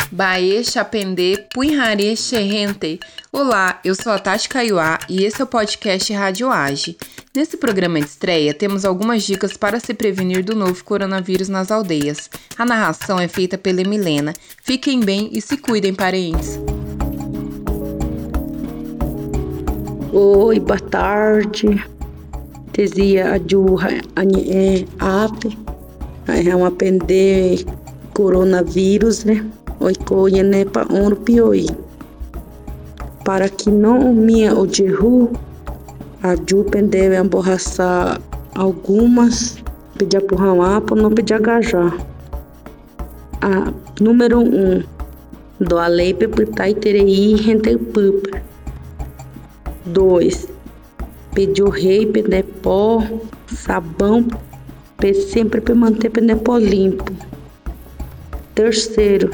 Baê, Chapendê, Punharê, Xerrente. Olá, eu sou a Tati Caiuá e esse é o podcast Rádio Age. Nesse programa de estreia, temos algumas dicas para se prevenir do novo coronavírus nas aldeias. A narração é feita pela Emilena. Fiquem bem e se cuidem, parentes. Oi, boa tarde. Tesia adjurra ape. É uma pende coronavírus, né? Oi, coia, né? Pa onro pioi. Para que não minha o jehu, a ju pendeve emborraçar algumas, pedir por ramapo, não pedir agajar. Número 1. Do alei peputai terei rente pupa. 2. Pedir o rei, pedir pó, sabão, sempre para manter pedir pó limpo. 3.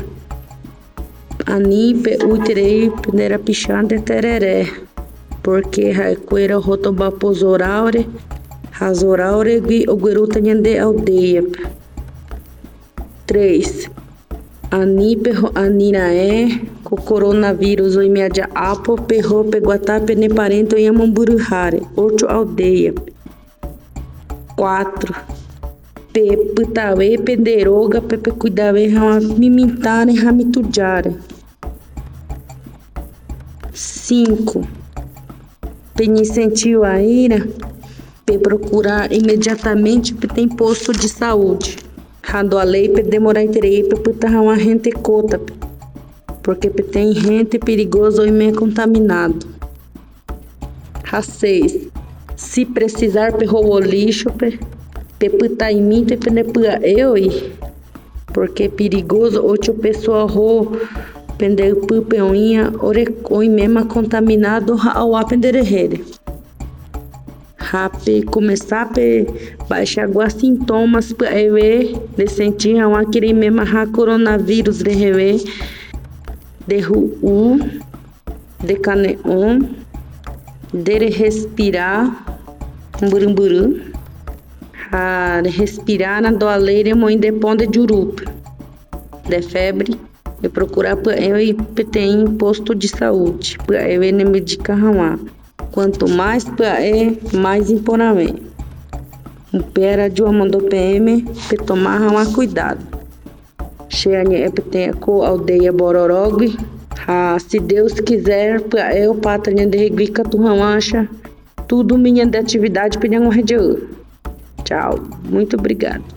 Anipe uiterei pedir pichanda tereré, porque raqueira rotobapozoraure, razoraure e o gueruta de aldeia. 3. Anipe aniraé, com coronavírus o imedia apo, perro peguatá pene parento e amamburuhare, 8 aldeia. 4. Putawe penderoga pepe cuidawe mimintare ramitujare. 5. Penicentiu a ira, procurar imediatamente tem posto de saúde. Rando a lei demorar interei puta uma gente cota, porque tem gente perigoso e meio contaminado. 6. Se precisar perro o lixo puta imita e penepua eu, porque perigoso outra pessoa pender pupeoinha oi mesmo contaminado ao apenderere. Rape começar a baixar alguns sintomas para ver de sentir aquele mesmo coronavírus de rever de ruu de caneon de respirar burumburum de respirar na doaleira e de ponte de urupa de febre e procurar para eu tem posto de saúde para eu me medicar. Quanto mais para mais importante. Pera de uma mandou PM para tomar cuidado. Cheia tem com aldeia Bororog. Se Deus quiser para eu pátria de reguica tu acha tudo minha de atividade para uma região. Tchau, muito obrigado.